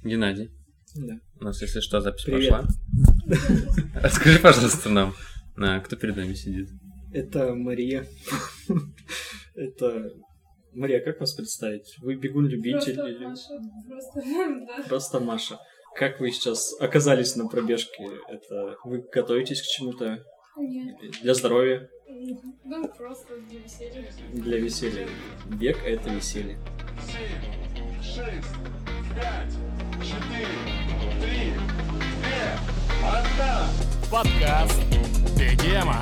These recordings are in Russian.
Геннадий. Да. У нас, если что, запись Привет. пошла. Расскажи, пожалуйста, нам, кто перед нами сидит. Это Мария. Это... Мария, как вас представить? Вы бегун-любитель Просто или... Маша, да. Просто Маша. Как вы сейчас оказались на пробежке? Это вы готовитесь к чему-то? Нет. Для здоровья? Ну, просто для веселья. Для веселья. Бег — это веселье. 7, 6, 5, 4, 3, 2, 1. Подкаст Бегема.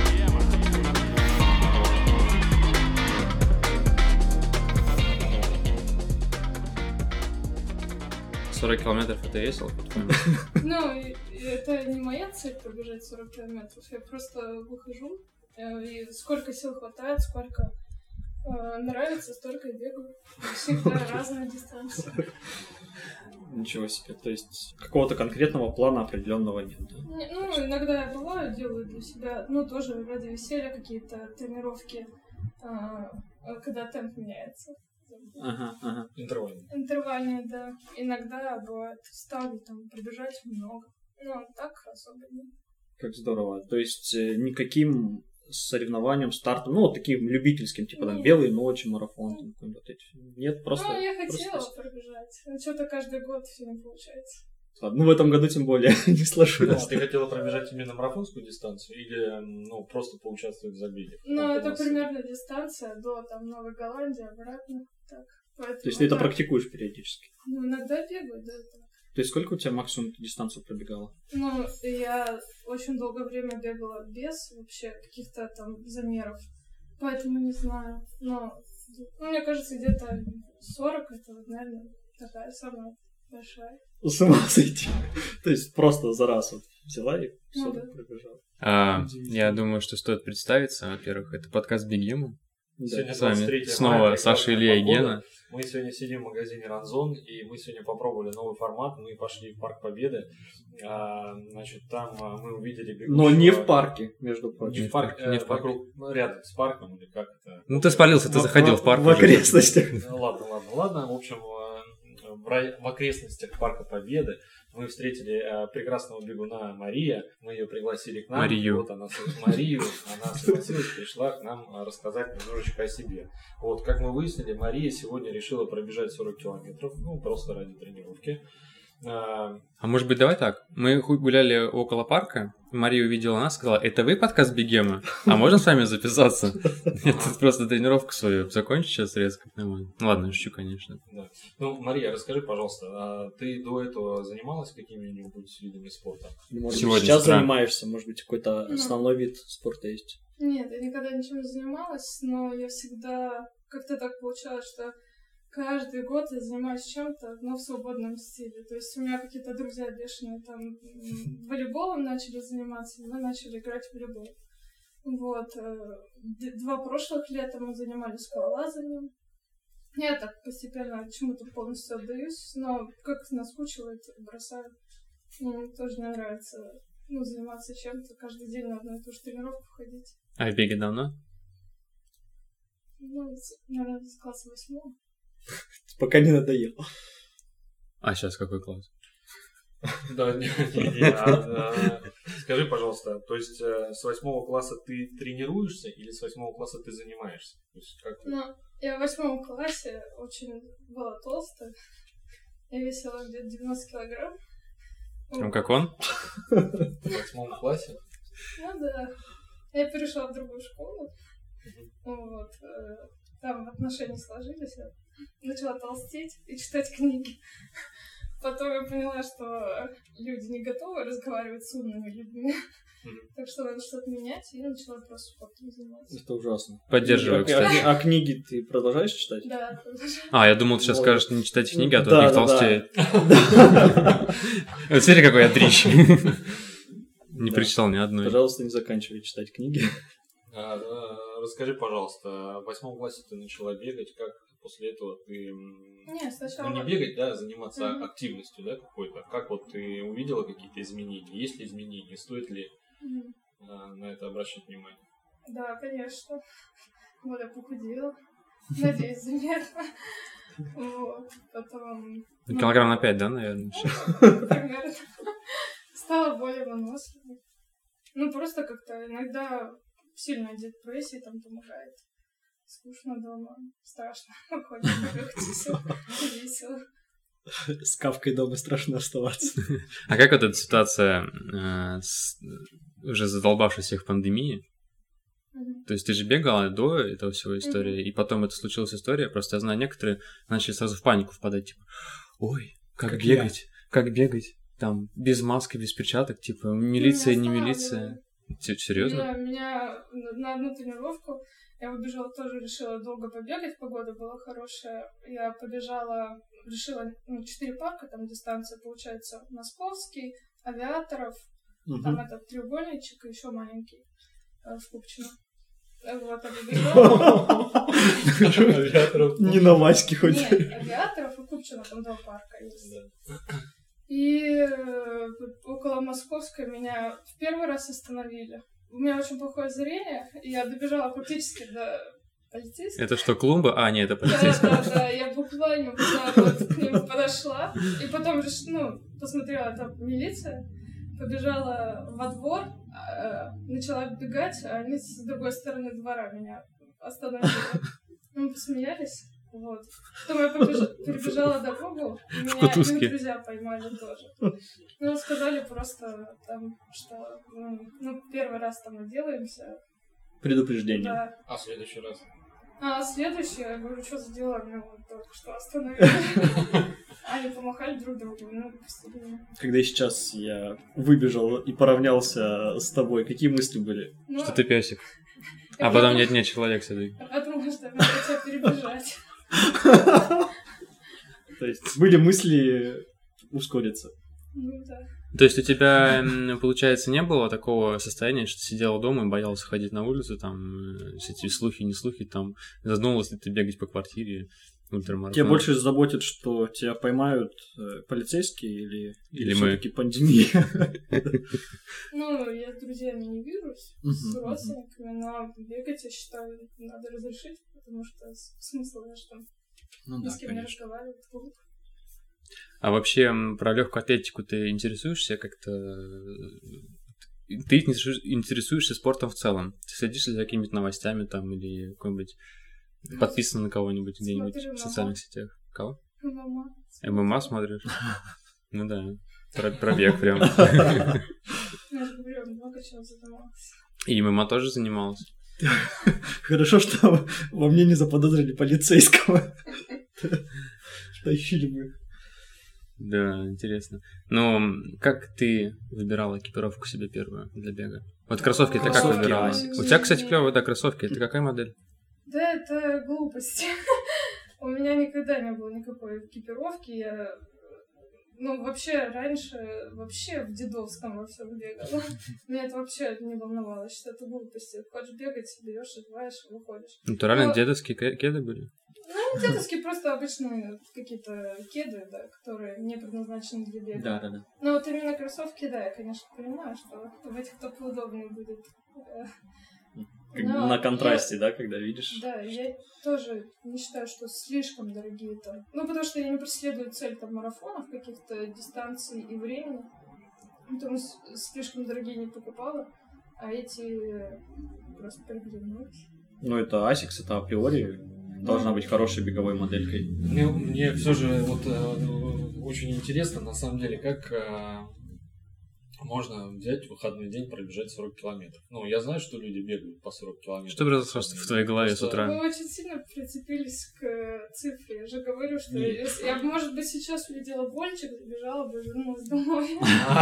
40 километров это весело? Ну, это не моя цель пробежать 40 километров. Я просто выхожу, и сколько сил хватает, сколько нравится, столько и бегаю. Всегда разная дистанция. Ничего себе. То есть какого-то конкретного плана определенного нет. Да? Ну, иногда я бываю, делаю для себя, ну, тоже ради веселья какие-то тренировки, когда темп меняется. Ага. Интервальные, да. Иногда бывает ставлю там пробежать много. Ну, так особо нет. Как здорово. То есть никаким соревнованием, стартом, ну, вот таким любительским, типа там белые ночи, марафон, там, вот эти. Нет, просто... Ну, я хотела просто... пробежать. Но что-то каждый год все не получается. Ну, в этом году тем более не сложилось. Ты хотела пробежать именно марафонскую дистанцию или просто поучаствовать в забеге? Ну, это примерно дистанция до там Новой Голландии, обратно. Так. Поэтому, То есть ты это практикуешь периодически? Ну, иногда бегаю, да. Так. То есть сколько у тебя максимум ты дистанцию пробегала? Ну, я очень долгое время бегала без вообще каких-то там замеров. Поэтому не знаю. Но мне кажется, где-то 40 это, наверное, такая самая большая. С ума сойти. То есть просто за раз вот взяла и 40 пробежала. Я думаю, что стоит представиться. Во-первых, это подкаст Бегема. Сегодня С вами 23 снова мая, Саша, Илья и Гена. Мы сегодня сидим в магазине Ранзон, и мы сегодня попробовали новый формат. Мы пошли в Парк Победы. Значит, там мы увидели бегущего... Но не в парке, между прочим. Не в парке. Вокруг, рядом с парком, или как это... Ну, ты спалился, ты заходил в парк. В окрестностях. Ладно. В общем, в окрестностях Парка Победы мы встретили прекрасного бегуна Мария. Мы ее пригласили к нам. Марию. Вот она согласилась, пришла к нам рассказать немножечко о себе. Вот, как мы выяснили, Мария сегодня решила пробежать 40 километров, просто ради тренировки. А может быть, давай так? Мы гуляли около парка, Мария увидела нас, сказала: это вы подкаст Бегема? А можно с вами записаться? Я тут просто тренировку свою закончу сейчас резко. Ну ладно, шучу, конечно. Да. Ну, Мария, расскажи, пожалуйста, ты до этого занималась какими-нибудь видами спорта? Может, Сегодня сейчас с утра. занимаешься, может быть, какой-то основной вид спорта есть? Нет, я никогда ничем не занималась, но я всегда как-то так получалось, что каждый год я занимаюсь чем-то, но в свободном стиле. То есть у меня какие-то друзья бешеные там волейболом начали заниматься, мы начали играть в волейбол. Вот. 2 прошлых лета мы занимались скалолазанием. Я так постепенно чему-то полностью отдаюсь, но как наскучивает, бросаю. Тоже мне нравится заниматься чем-то, каждый день на одну и ту же тренировку ходить. А в беге давно? Наверное, с класса 8. Пока не надоело. А сейчас какой класс? Да, скажи, пожалуйста, то есть с 8 класса ты тренируешься или с 8 класса ты занимаешься? То есть как... Я в 8 классе очень была толстая. Я весила где-то 90 килограмм. Прям как он? В 8 классе? Ну да. Я перешла в другую школу. Вот. Там отношения сложились. Я начала толстеть и читать книги. Потом я поняла, что люди не готовы разговаривать с умными людьми. Так что надо что-то менять, и я начала просто спортом заниматься. Это ужасно. Поддерживаю, кстати. А книги ты продолжаешь читать? Да. Я думал, ты сейчас скажешь, не читать книги, а то Да, от них толстеет. Вот смотри, какой я дрищ. Не прочитал ни одной. Пожалуйста, не заканчивай читать книги. Расскажи, пожалуйста, в 8 классе ты начала бегать, как после этого ты... Нет, сначала... не бегать, да, заниматься активностью, да, какой-то. Как вот ты увидела какие-то изменения? Есть ли изменения? Стоит ли на это обращать внимание? Да, конечно. Вот я похудела. Надеюсь, заметно. Вот, потом... Килограмм на 5, да, наверное? Примерно. Стала более выносливой. Ну, просто как-то иногда сильная депрессия там помогает. Скучно дома, страшно. Хочешь побегать, все весело. С Кавкой дома страшно оставаться. А как вот эта ситуация уже задолбавшей всех пандемии? То есть ты же бегала до этого всего истории, и потом это случилась история, просто я знаю, некоторые начали сразу в панику впадать, типа, ой, как бегать, там, без маски, без перчаток, типа, милиция, не милиция. Серьезно? Меня на одну тренировку я выбежала, тоже решила долго побегать, погода была хорошая. Я побежала, решила 4 парка, там дистанция получается, Московский, Авиаторов, там этот треугольничек и еще маленький в Купчино. Вот, я побежала. Не на Ваське хоть. Нет, Авиаторов и Купчино, там 2 парка есть. И около Московской меня в первый раз остановили. У меня очень плохое зрение, и я добежала практически до полицейских. Это что, клумба? А, нет, это полицейский. Да, я буквально вот к ним подошла, и потом посмотрела, там милиция, побежала во двор, начала бегать, а они с другой стороны двора меня остановили. Мы посмеялись. Вот. Потом я перебежала дорогу, и меня мои друзья поймали тоже. Ну, сказали просто там, что первый раз там отделаемся. Предупреждение. Да. А в следующий раз? А следующий, я говорю, что за дела, меня вот только что остановили. Они помахали друг другу, посмотрели. Когда сейчас я выбежал и поравнялся с тобой, какие мысли были? Что ты песик. А потом нет, человек сидит. Потому что я хотела перебежать. То есть были мысли ускориться. Ну да. То есть у тебя, получается, не было такого состояния, что ты сидела дома и боялся ходить на улицу, там, эти слухи, не слухи, там, задумывалась ли ты бегать по квартире, ультрамарафон? Тебя больше заботит, что тебя поймают полицейские или мы? все-таки пандемия? Ну, я с друзьями не вижусь, с родственниками, но бегать, я считаю, надо разрешить, потому что смысл, что ни с кем не разговаривать, глупо. А вообще про легкую атлетику ты интересуешься как-то? Ты интересуешься спортом в целом? Ты следишь за какими-то новостями там или какой-нибудь подписан на кого-нибудь где-нибудь в социальных сетях? Кого? ММА смотришь? Ну да, про бег прям. Я же говорю, много чего занималась. И ММА тоже занималась? Хорошо, что во мне не заподозрили полицейского. Тащили бы. Да, интересно. Но как ты выбирала экипировку себе первую для бега? Вот кроссовки ты как выбирала? У тебя, кстати, клевые, да, кроссовки. Это какая модель? Да, это глупость. У меня никогда не было никакой экипировки. Я, вообще, раньше, в дедовском во всем бегала. Меня это вообще не волновало, что это глупости. Хочешь бегать, берешь, одеваешь, выходишь. Натурально дедовские кеды были? Ну, не дедовские, просто обычные какие-то кеды, да, которые не предназначены для бега. Да. Но вот именно кроссовки, да, я, конечно, понимаю, что в этих только удобнее будет. На контрасте, да, когда видишь? Да, я тоже не считаю, что слишком дорогие там. Потому что я не преследую цель там марафонов, каких-то дистанций и времени. Поэтому слишком дорогие не покупала, а эти просто приглянулись. Ну, это Asics, это априори должна быть хорошей беговой моделькой. Мне все же очень интересно, на самом деле, как можно взять в выходной день пробежать 40 километров. Ну, я знаю, что люди бегают по 40 километров. Что произошло в твоей голове с утра? Вы очень сильно прицепились к цифре. Я же говорю, что я бы, может быть, сейчас увидела больчик, забежала бы, вернулась домой.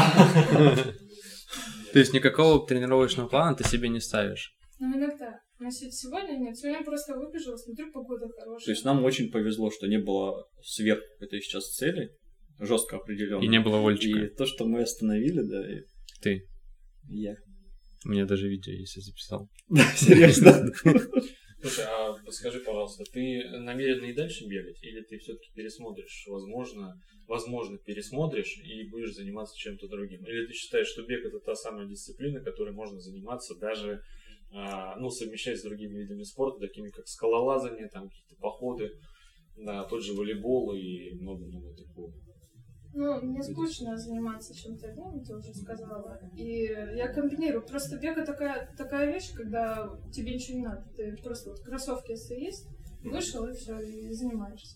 То есть никакого тренировочного плана ты себе не ставишь? Ну, иногда. Но сегодня нет. Сегодня просто выбежала, смотрю, погода хорошая. То есть нам очень повезло, что не было сверх этой сейчас цели, жестко определенной. И не было вольчика. И то, что мы остановили, да. Ты? Я. У меня даже видео есть, я записал. Да, серьезно. Слушай, а скажи, пожалуйста, ты намерен и дальше бегать? Или ты все-таки пересмотришь, возможно, пересмотришь и будешь заниматься чем-то другим? Или ты считаешь, что бег — это та самая дисциплина, которой можно заниматься даже, совмещать с другими видами спорта, такими как скалолазание, там какие-то походы, Да, тот же волейбол и много-много такого. Ну, мне скучно заниматься чем-то одним, ты уже сказала. И я комбинирую. Просто бег — такая вещь, когда тебе ничего не надо. Ты просто вот кроссовки, если есть, вышел и все, и занимаешься.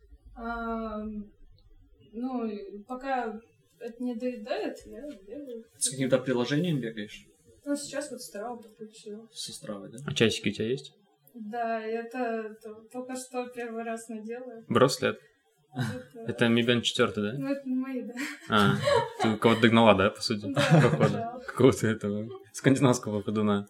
Ну, и пока это не доедает, я бегаю. С каким-то приложением бегаешь? Ну, сейчас вот Strava подключила. Со Стравой, да? А часики у тебя есть? Да, это только что первый раз надела. Браслет. Это Mi Band 4, да? Ну, это не мои, да. А, ты кого-то догнала, да, по сути? Да, Походу. пожалуйста. Какого-то этого скандинавского ходуна.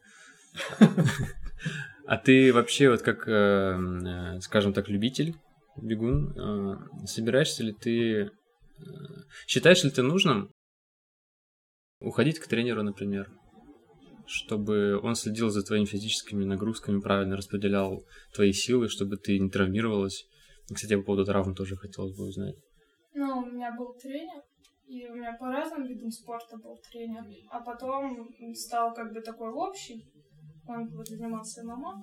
А ты вообще вот как, скажем так, любитель, бегун, собираешься ли ты, считаешь ли ты нужным уходить к тренеру, например, чтобы он следил за твоими физическими нагрузками, правильно распределял твои силы, чтобы ты не травмировалась? Кстати, по поводу травм тоже хотелось бы узнать. Ну, у меня был тренер, и у меня по разным видам спорта был тренер, а потом стал как бы такой общий. Он вот занимался ММА.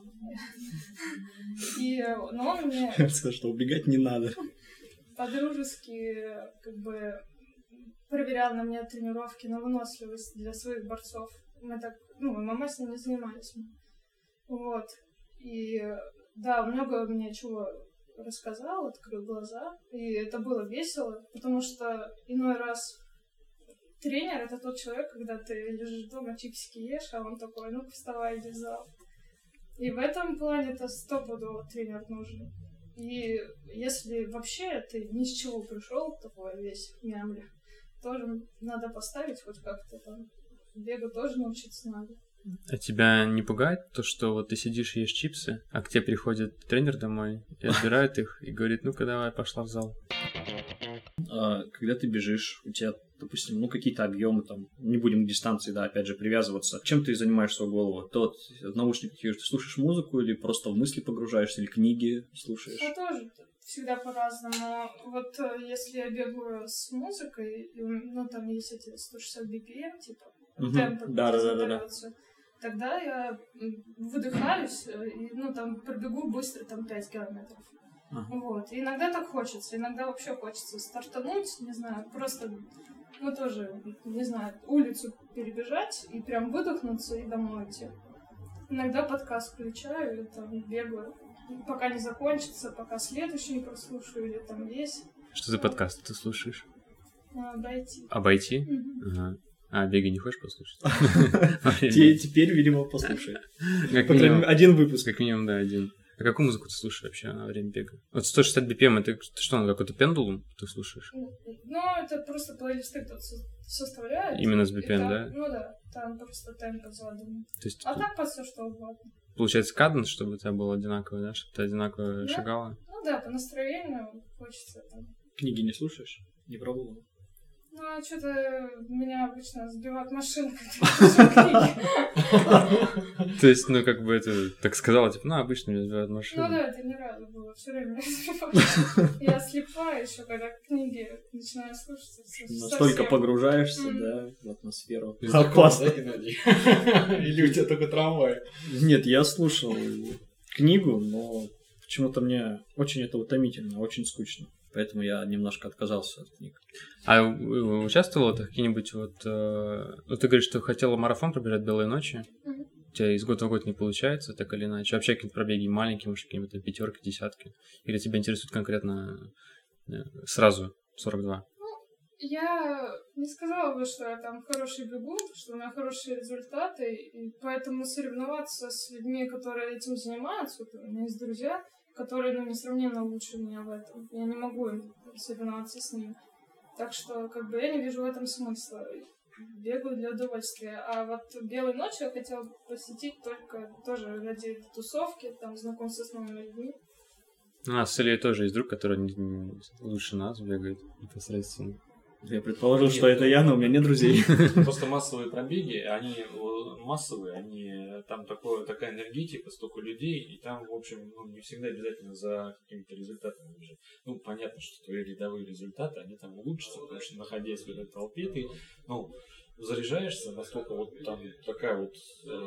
Но он мне Я сказал, что убегать не надо. по-дружески как бы проверял на меня тренировки на выносливость для своих борцов. Мы так, ММА с ним не занимались. Вот. И да, много мне чего рассказал, открыл глаза. И это было весело, потому что иной раз тренер — это тот человек, когда ты лежишь дома, чипсики ешь, а он такой: ну, вставай, иди в зал. И в этом плане это стопудово тренер нужен. И если вообще ты ни с чего пришел, такой весь мямля, тоже надо поставить хоть как-то там. Бегу тоже научиться надо. А тебя не пугает то, что вот ты сидишь и ешь чипсы, а к тебе приходит тренер домой и отбирает их и говорит: ну-ка давай, пошла в зал? Когда ты бежишь, у тебя, допустим, какие-то объемы, там, не будем к дистанции, да, опять же, привязываться. Чем ты занимаешь свою голову? Ты вот в наушниках ты слушаешь музыку или просто в мысли погружаешься, или книги слушаешь? А тоже всегда по-разному. Вот если я бегаю с музыкой, там есть эти 160 BPM, типа, темп задается, тогда я выдыхаюсь и, там, пробегу быстро, там, 5 километров. Вот. И иногда так хочется, иногда вообще хочется стартануть, не знаю, просто, тоже, не знаю, улицу перебежать и прям выдохнуться и домой идти. Иногда подкаст включаю и там бегаю, пока не закончится, пока следующий не прослушаю или там весь. Что за подкаст ты слушаешь? Обойти. Обойти? Угу. Ага. А беги не хочешь послушать? Теперь, видимо, послушай. Один выпуск. Как минимум, да, один. А какую музыку ты слушаешь вообще на время бега? Вот 160 BPM, это что, какой-то пендулум ты слушаешь? Это просто плейлисты кто-то составляет. Именно с BPM, там, да? Да, там просто темп задан. То есть, так под все что угодно. Получается каденс, чтобы у тебя был одинаковый, да? Чтобы ты одинаково шагала? Да, по настроению хочется там. Книги не слушаешь? Не пробовала? Что-то меня обычно сбивает машинка. То есть, это так сказала, обычно меня сбивает машина. Да, это не рада было, все время сбивать. Я слепая еще, когда книги начинаю слушать. Настолько погружаешься, да, в атмосферу. Опасно. Или у тебя только трамвай? Нет, я слушал книгу, но почему-то мне очень это утомительно, очень скучно. Поэтому я немножко отказался от книг. А участвовала ты в какие-нибудь ты говоришь, что хотела марафон пробежать «Белые ночи». У тебя из года в год не получается, так или иначе. Вообще какие-то пробеги маленькие, может, какие-то 5, 10. Или тебя интересует конкретно сразу 42? Я не сказала бы, что я там хороший бегун, что у меня хорошие результаты, и поэтому соревноваться с людьми, которые этим занимаются, у меня есть друзья, которые, несравненно лучше меня в этом. Я не могу соревноваться с ними. Так что, я не вижу в этом смысла. Бегаю для удовольствия. А вот «Белые ночи» я хотела посетить только тоже ради тусовки, там, знакомства с новыми людьми. У нас с Ильей тоже есть друг, который лучше нас бегает непосредственно. Я предположил, что это я, но у меня нет друзей. Просто массовые пробеги, они там такая энергетика, столько людей, и там, в общем, не всегда обязательно за какими-то результатами бежать. Понятно, что твои рядовые результаты, они там улучшатся, потому что, находясь в этой толпе, ты, заряжаешься настолько там такая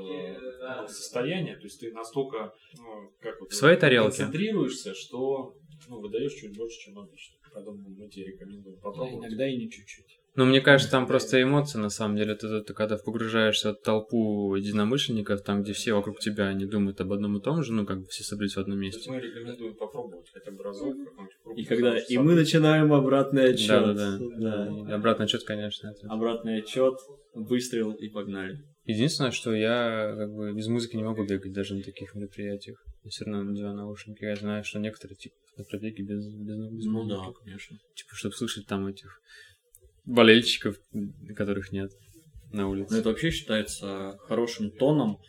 состояние, то есть ты настолько в своей тарелке концентрируешься, что выдаешь чуть больше, чем обычно. Поэтому мы тебе рекомендуем попробовать. Иногда и не чуть-чуть. Ну, мне кажется, там просто эмоции, на самом деле. Ты когда погружаешься в толпу единомышленников, там, где все вокруг тебя, они думают об одном и том же, все собрались в одном То есть месте. мы рекомендуем попробовать хотя бы разок. И когда мы начинаем обратный отчет. Да. И обратный отчет, конечно. Это... Обратный отчет, выстрел и погнали. Единственное, что я без музыки не могу бегать даже на таких мероприятиях. Я все равно надеваю наушники. Я знаю, что некоторые на пробеге без музыки. Ну да, конечно. Чтобы слышать там этих болельщиков, которых нет на улице. Но это вообще считается хорошим тоном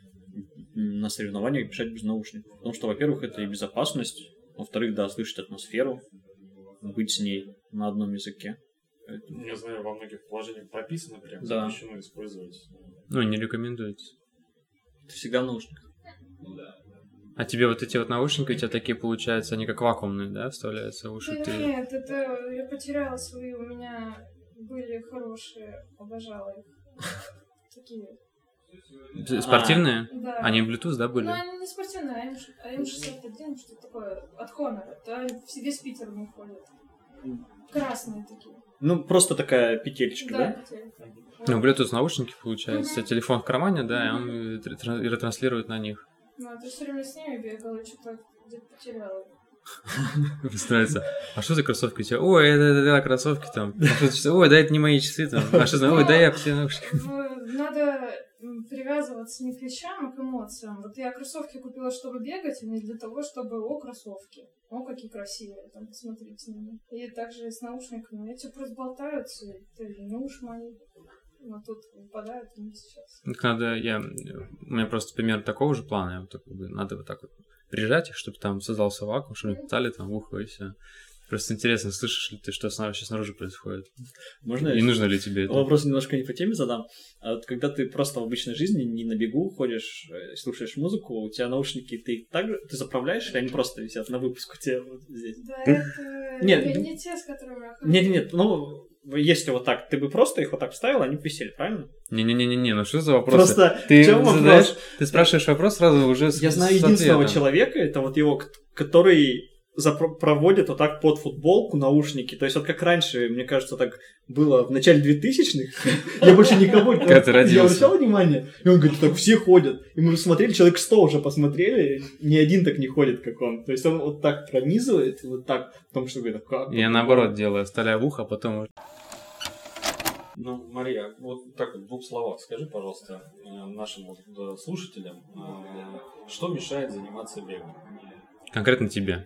на соревнованиях бежать без наушников. Потому что, во-первых, это и безопасность. Во-вторых, да, слышать атмосферу, быть с ней на одном языке. Я знаю, во многих положениях прописано прям, Да. запрещено использовать. Не рекомендуется. Это всегда в наушниках. А тебе вот эти наушники у тебя такие получаются, они как вакуумные, да, вставляются в уши? Нет, это я потеряла свои, у меня были хорошие, обожала их. Такие. Спортивные? Да. Они в Bluetooth, да, были? Ну, они не спортивные, а М61, что-то такое, от Honor. Да, весь Питер в них ходят. Красные такие. Ну, просто такая петельчка, да? петелька. Bluetooth наушники, получается. У тебя телефон в кармане, да, и он ретранслирует на них. Ну, а ты все время с ними бегала, что-то где-то потеряла. Представляется, а что за кроссовки у тебя? Ой, это кроссовки там. Ой, да, это не мои часы там. А что за... Ой, да, я все наушники. Надо привязываться не к вещам, а к эмоциям. Вот я кроссовки купила, чтобы бегать, а не для того, чтобы кроссовки. Какие красивые, там, посмотрите на них. И также с наушниками. Эти просто болтаются, это не уши мои. Вот тут выпадают они сейчас. У меня просто примерно такого же плана. Надо вот так вот прижать их, чтобы там создался вакуум, чтобы они попали там в ухо и все. Просто интересно, слышишь ли ты, что вообще снаружи происходит? Можно и нужно ли тебе это? Вопрос немножко не по теме задам. А вот когда ты просто в обычной жизни не на бегу ходишь, слушаешь музыку, у тебя наушники, ты заправляешь, или они просто висят на выпуск у тебя вот здесь? Да, это не те, с которыми я хожу. Нет, если вот так, ты бы просто их вот так вставил, они бы висели, правильно? Не-не-не, ну что за вопрос? Просто в чем вопрос? Ты спрашиваешь вопрос сразу уже Я знаю единственного человека, это вот его, который проводит вот так под футболку наушники. То есть вот как раньше, мне кажется, так было в начале 2000-х. Я больше никого... Когда ты родился. Я обращал внимание? И он говорит, так все ходят. И мы смотрели, человек 100 уже посмотрели, ни один так не ходит, как он. То есть он вот так пронизывает, вот так, потому что говорит, как? Я наоборот делаю, вставляю в ухо, а потом... Ну, Мария, вот так вот в двух словах скажи, пожалуйста, нашим слушателям, что мешает заниматься бегом? Конкретно тебе.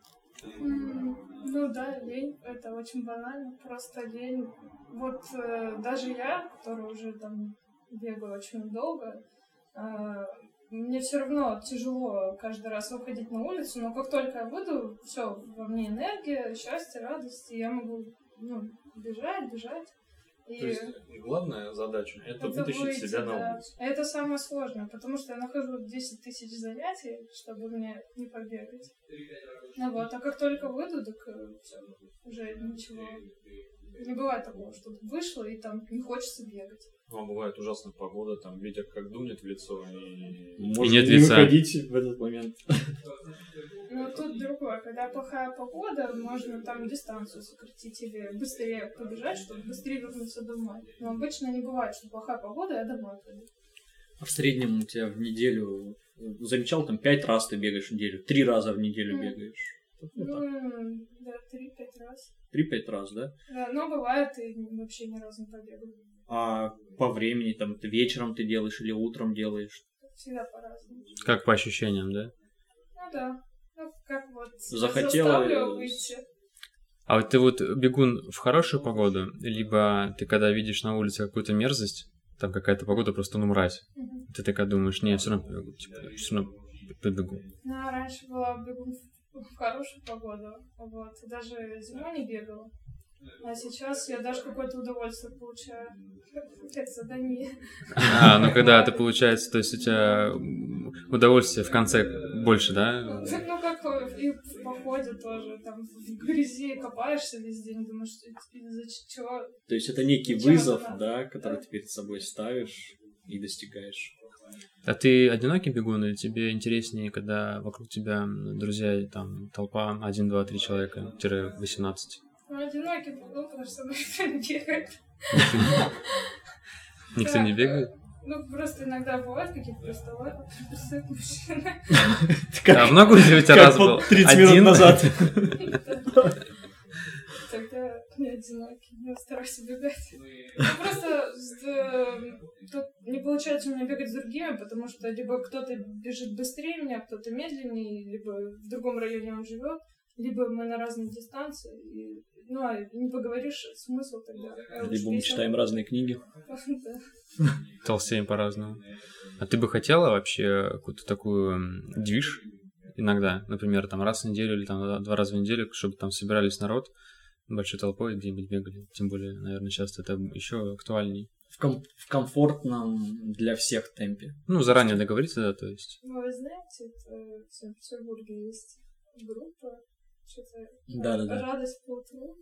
Ну да, лень, это очень банально, просто лень. Вот даже я, которая уже там бегаю очень долго, мне все равно тяжело каждый раз выходить на улицу, но как только я выйду, все, во мне энергия, счастье, радость, и я могу бежать. И то есть главная задача — это вытащить себя на улицу. Это самое сложное, потому что я нахожу 10 тысяч занятий, чтобы мне не побегать. А как только выйду, так все, уже ничего. Не бывает такого, что вышла и там не хочется бегать. Ну, бывает ужасная погода, там ветер как дунет в лицо, и можно нет не лица. выходить в этот момент. Но тут другое, когда плохая погода, можно там дистанцию сократить или быстрее побежать, чтобы быстрее вернуться домой. Но обычно не бывает, что плохая погода, я домой пойду. А в среднем у тебя в неделю, замечал, там 5 раз ты бегаешь в неделю, 3 раза в неделю бегаешь? Да, 3-5 раз. 3-5 раз, да? Да, но бывает и вообще ни разу не побегаю. А по времени, там, ты вечером ты делаешь или утром делаешь? Всегда по-разному. Как по ощущениям, да? Ну да. Как вот Захотела заставлю выйти. А вот ты бегун в хорошую погоду, либо ты когда видишь на улице какую-то мерзость, там какая-то погода просто мразь, ты такая думаешь, не, я все равно побегу, все равно побегу. Ну, раньше была бегун в хорошую погоду, вот, даже зимой не бегала. А сейчас я даже какое-то удовольствие получаю. Это задание. Когда это получается, то есть у тебя удовольствие в конце больше, да? Ну, как и в походе тоже, там, в грязи копаешься весь день, думаешь, из-за чего... То есть это некий вызов, да, который ты перед собой ставишь и достигаешь. А ты одинокий бегун или тебе интереснее, когда вокруг тебя друзья, там, толпа 1, 2, 3 человека, 18? Ну, одинокий бегун, потому что никто не бегает. Никто не бегает? Ну, просто иногда бывают какие-то приставают мужчины. А много ли у тебя раз был? 30 минут назад. Тогда не одинокий, я стараюсь убегать. Ну, просто тут не получается у меня бегать с другими, потому что либо кто-то бежит быстрее меня, кто-то медленнее, либо в другом районе он живет, либо мы на разной дистанции. Ну, а не поговоришь, смысл тогда. Либо мы читаем разные книги. Да. Толстеем по-разному. А ты бы хотела вообще какую-то такую движ иногда, например, там раз в неделю или там 2 раза в неделю, чтобы там собирались народ большой толпой где-нибудь бегали? Тем более, наверное, сейчас это еще актуальней. В комфортном для всех темпе. Ну, заранее договориться, да, то есть. Ну, вы знаете, это в Санкт-Петербурге есть группа, что-то Да-да-да. радость по утру,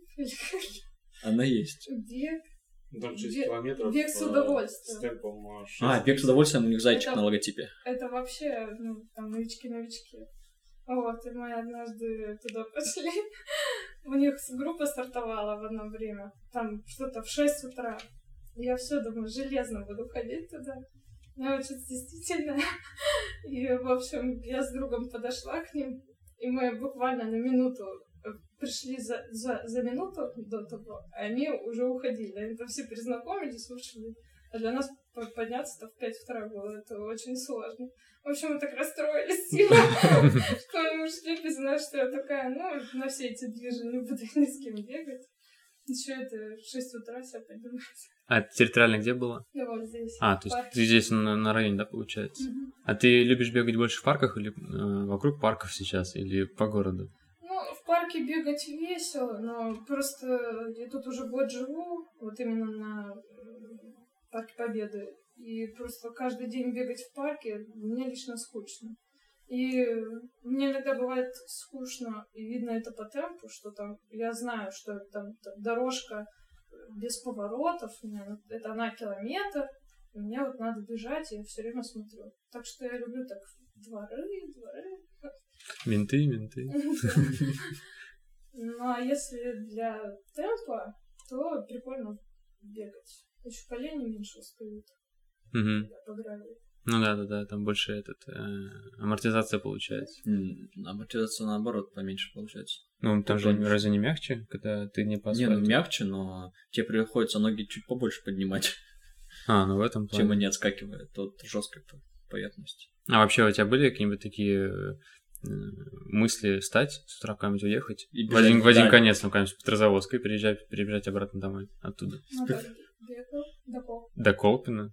Она есть. бег. Там 6 Бег- километров. бег с удовольствием. С темпом 6. Бег с удовольствием, у них зайчик Это- на логотипе. Это вообще, ну, там, новички. Вот, и мы однажды туда пошли. У них группа стартовала в одно время. Там что-то в 6 утра. Я все думаю, железно буду ходить туда. Ну, вот что-то действительно. И, в общем, я с другом подошла к ним, и мы буквально на минуту пришли за минуту до того, а они уже уходили. Они там все перезнакомились, слушали. А для нас подняться-то в 5 утра было, это очень сложно. В общем, мы так расстроились сильно, что мы ушли, без знать, что я такая, ну, на все эти движения не буду ни с кем бегать. Еще это в 6 утра себя поднимать. А территориально где было? И вот здесь. А, то есть ты здесь на районе, да, получается? А ты любишь бегать больше в парках или вокруг парков сейчас, или по городу? Ну, в парке бегать весело, но просто я тут уже год живу, вот именно на Парке Победы, и просто каждый день бегать в парке мне лично скучно. И мне иногда бывает скучно, и видно это по темпу, что там, я знаю, что там дорожка без поворотов, это она километр, и мне вот надо бежать, и я все время смотрю. Так что я люблю так дворы. Менты. Ну, а если для темпа, то прикольно бегать. Еще колени меньше устают, Угу. когда по гравию. Ну да, там больше амортизация получается. Амортизация наоборот поменьше получается. Ну, там же разве не мягче, когда ты не по Не, ну асфальту? мягче, но тебе приходится ноги чуть побольше поднимать, А, ну в этом плане. чем они отскакивают от жесткой поверхности. А вообще у тебя были какие-нибудь такие мысли встать с утра куда-нибудь уехать? И В один бежать конец, ну, конечно, в Петрозаводск и переезжать обратно домой оттуда. Ну, так бегал до пол. До Колпина.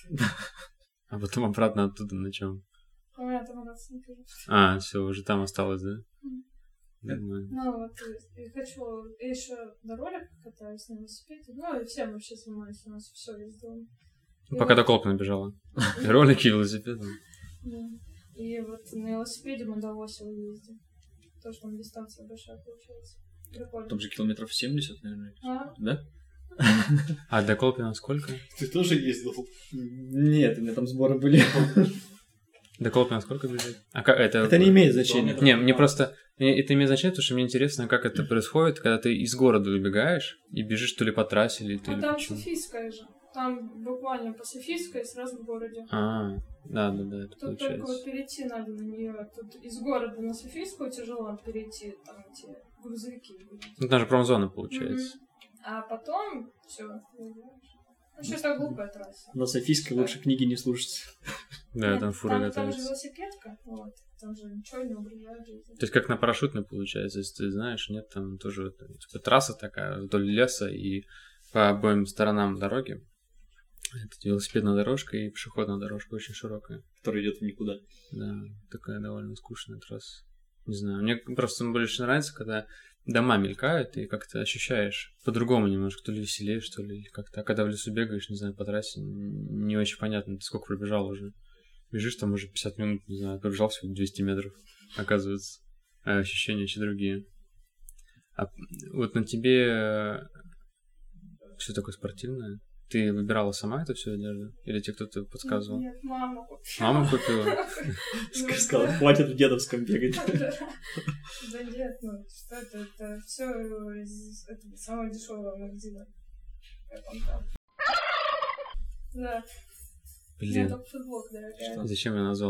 А потом обратно оттуда на чем? У меня там родственники живут. А, все, уже там осталось, да? Нормально. Ну, вот, я хочу... Я еще на роликах катаюсь, на велосипеде. Ну, и всем вообще занимаюсь, у нас все есть дома. И Пока вот- до Колпина бежала. И ролики, и велосипеды. Да. И вот на велосипеде мы до Лосева ездим. Тоже там дистанция большая получается. Прикольно. Там же километров 70, наверное. А? Да? А до Колпина сколько? Ты тоже ездил? Нет, у меня там сборы были. До Колпина сколько бежать? А как это? Это не имеет значения. Не, мне просто... Это имеет значение, потому что мне интересно, как это происходит, когда ты из города убегаешь и бежишь то ли по трассе, или ты... А или там почему. Софийская же. Там буквально по Софийской и сразу в городе. А, да, это Тут только получается. вот перейти надо на нее. Тут из города на Софийскую тяжело перейти, там эти грузовики. Ну, там же промзона получается. А потом все. Вообще это глупая трасса. На Софийской лучше книги не слушать. Да, Нет, там фуры там же готовятся. велосипедка, вот. Там же ничего не угрожает жизни. То есть как на парашютной получается, если ты знаешь, нет, там тоже типа, трасса такая вдоль леса и по обоим сторонам дороги. Это велосипедная дорожка и пешеходная дорожка очень широкая. Который идет в никуда. Да, такая довольно скучная трасса. Не знаю, мне просто больше нравится, когда дома мелькают, и как-то ощущаешь по-другому немножко, то ли веселее, что ли, или как-то. А когда в лесу бегаешь, не знаю, по трассе, не очень понятно, ты сколько пробежал уже. Бежишь там уже 50 минут, не знаю, пробежал всего 200 метров, оказывается. А ощущения еще другие. А вот на тебе все такое спортивное? Ты выбирала сама эту всю одежду? Или тебе кто-то подсказывал? Нет, мама купила. Мама купила? Сказал, хватит в дедовском бегать. Да нет, ну что это? Это все из этого самого дешевого магазина. Как он там? Да. У меня Блин, только футболка дорогая. зачем я назвал?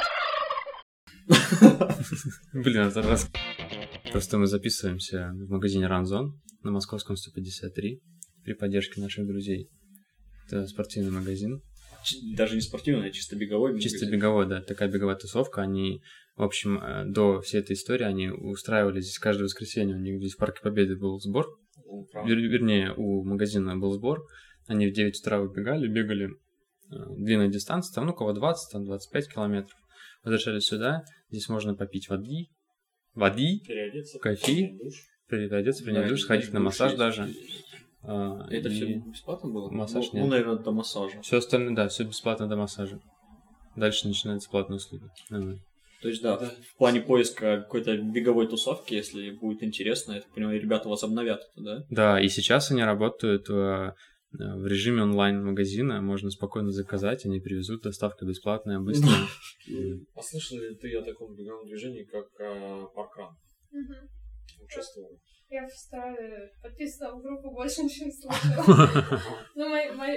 Блин, это раз. Просто мы записываемся в магазине Ранзон на Московском 153 при поддержке наших друзей. Это спортивный магазин. Даже не спортивный, а чисто беговой. Чисто беговой, да. Такая беговая тусовка. Они, в общем, до всей этой истории, они устраивали здесь каждое воскресенье. У них здесь в Парке Победы был сбор. Вернее, у магазина был сбор. Они в 9 утра выбегали, бегали длинная дистанция, там, ну, около 20, там, 25 километров. Возвращались сюда. Здесь можно попить воды, Переодеться. кофе, переодеться, принять душ, сходить на массаж даже. Это все бесплатно было? Массаж Ну, нет. наверное, до массажа. Все остальное, да, все бесплатно до массажа. Дальше начинается платная услуга. То есть, да, в плане поиска какой-то беговой тусовки, если будет интересно, я так понимаю, ребята вас обновят это, да? Да, и сейчас они работают в режиме онлайн-магазина. Можно спокойно заказать, они привезут, доставка бесплатная, быстрая. А слышал ли ты о таком беговом движении, как паркран? Участвовал? Я в Страве подписана в группу, больше ничего не слышала. Ну,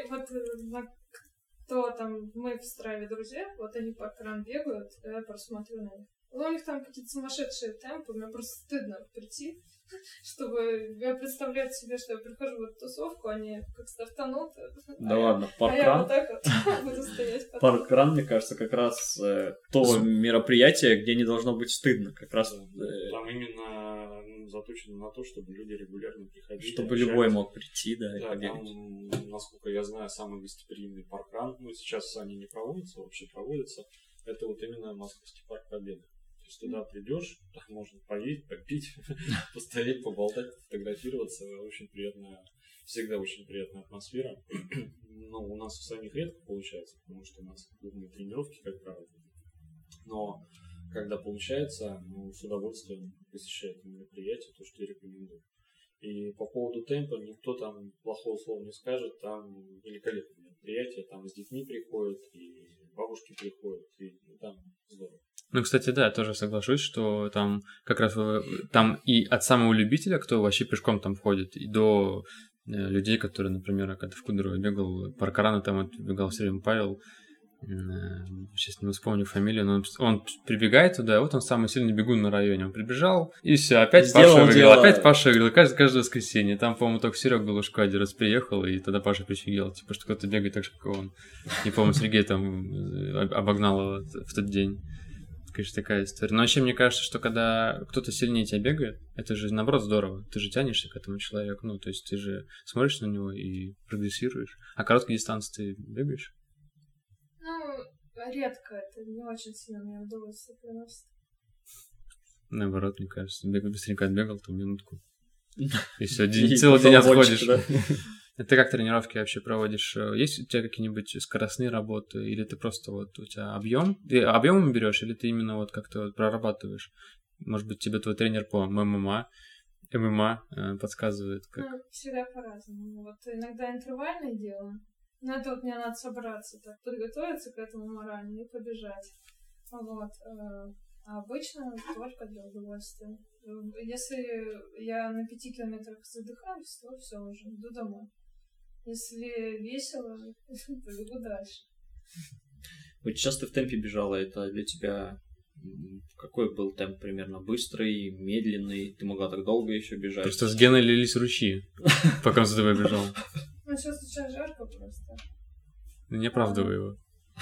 кто там, мы в Страве друзья, вот они по кран бегают, я просто смотрю на них. Ну, у них там какие-то сумасшедшие темпы, мне просто стыдно прийти, чтобы я представляю себе, что я прихожу в эту тусовку, они как стартанут. Да ладно, А я паркран. вот так вот буду стоять потом. Паркран, мне кажется, как раз то мероприятие, где не должно быть стыдно. Как раз, Там именно заточено на то, чтобы люди регулярно приходили. чтобы общались. любой мог прийти, да, и Да, побегать. там, насколько я знаю, самый гостеприимный паркран, ну, сейчас они не проводятся, вообще проводятся, это вот именно Московский парк Победы. То есть туда придешь, там можно поесть, попить, постоять, поболтать, фотографироваться. Очень приятная, всегда очень приятная атмосфера. Но у нас самих редко получается, потому что у нас клубные тренировки, как правило. Но когда получается, ну, с удовольствием посещает мероприятие, то, что я рекомендую. И по поводу темпа никто там плохого слова не скажет, там великолепное мероприятие, там с детьми приходят, и бабушки приходят, и там здорово. Ну, кстати, да, я тоже соглашусь, что там как раз там и от самого любителя, кто вообще пешком там ходит, и до людей, которые, например, когда в Кудрово бегал, паркрана там бегал все время Павел, сейчас не вспомню фамилию, но он прибегает туда, вот он самый сильный бегун на районе, он прибежал, и все, опять Паша выиграл, опять Паша выиграл, каждое воскресенье, там, по-моему, только Серега Галушко один раз приехал, и тогда Паша прифигел, типа, что кто-то бегает так же, как он, и, по-моему, Сергей там обогнал его в тот день. Конечно, такая история. Но вообще, мне кажется, что когда кто-то сильнее тебя бегает, это же, наоборот, здорово. Ты же тянешься к этому человеку. Ну, то есть ты же смотришь на него и прогрессируешь. А короткие дистанции ты бегаешь? Ну, редко. Это не очень сильно мне удовольствие приносит. Наоборот, мне кажется. Быстренько отбегал, там минутку. И все, И целый день пошел отходишь. да. Ты как тренировки вообще проводишь? Есть у тебя какие-нибудь скоростные работы? Или ты просто вот у тебя объем? Ты объемом берешь, или ты именно вот как-то вот прорабатываешь? Может быть, тебе твой тренер по ММА подсказывает? Как... Ну, всегда по-разному. Вот иногда интервальное дело. Но это вот мне надо собраться, так, подготовиться к этому морально и побежать. Вот. А обычно только для удовольствия. Если я на 5 километрах задыхаюсь, то все уже, иду домой. Если весело, побегу дальше. Вот сейчас ты в темпе бежала, это для тебя какой был темп примерно? Быстрый, медленный? Ты могла так долго еще бежать? Просто с Геной лились ручьи, пока он за тобой бежал. Ну, сейчас очень жарко просто. Не оправдывай его.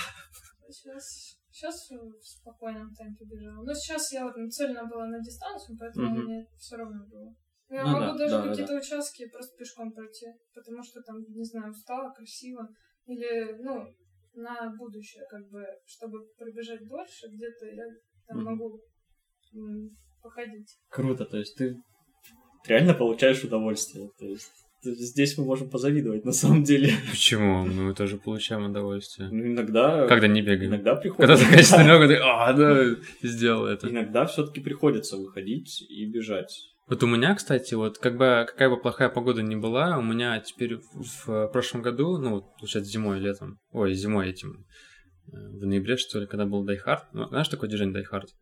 Сейчас в спокойном темпе бежала. Но сейчас я вот нацелена была на дистанцию, поэтому мне все равно было. Я могу даже какие-то участки просто пешком пройти, потому что там, не знаю, устала, красиво. Или, ну, на будущее, как бы, чтобы пробежать дольше, где-то я там могу походить. Круто, то есть ты реально получаешь удовольствие. То есть здесь мы можем позавидовать, на самом деле. Почему? Мы тоже получаем удовольствие. Ну, иногда... Когда не бегаем. Иногда приходится... Когда заканчивается тренировка, ты, да, сделал это. Иногда все-таки приходится выходить и бежать. Вот у меня, кстати, вот какая бы плохая погода ни была, у меня теперь в прошлом году, ну, вот, получается, зимой этим, в ноябре, что ли, когда был Die Hard. Ну, знаешь такое движение Die Hard?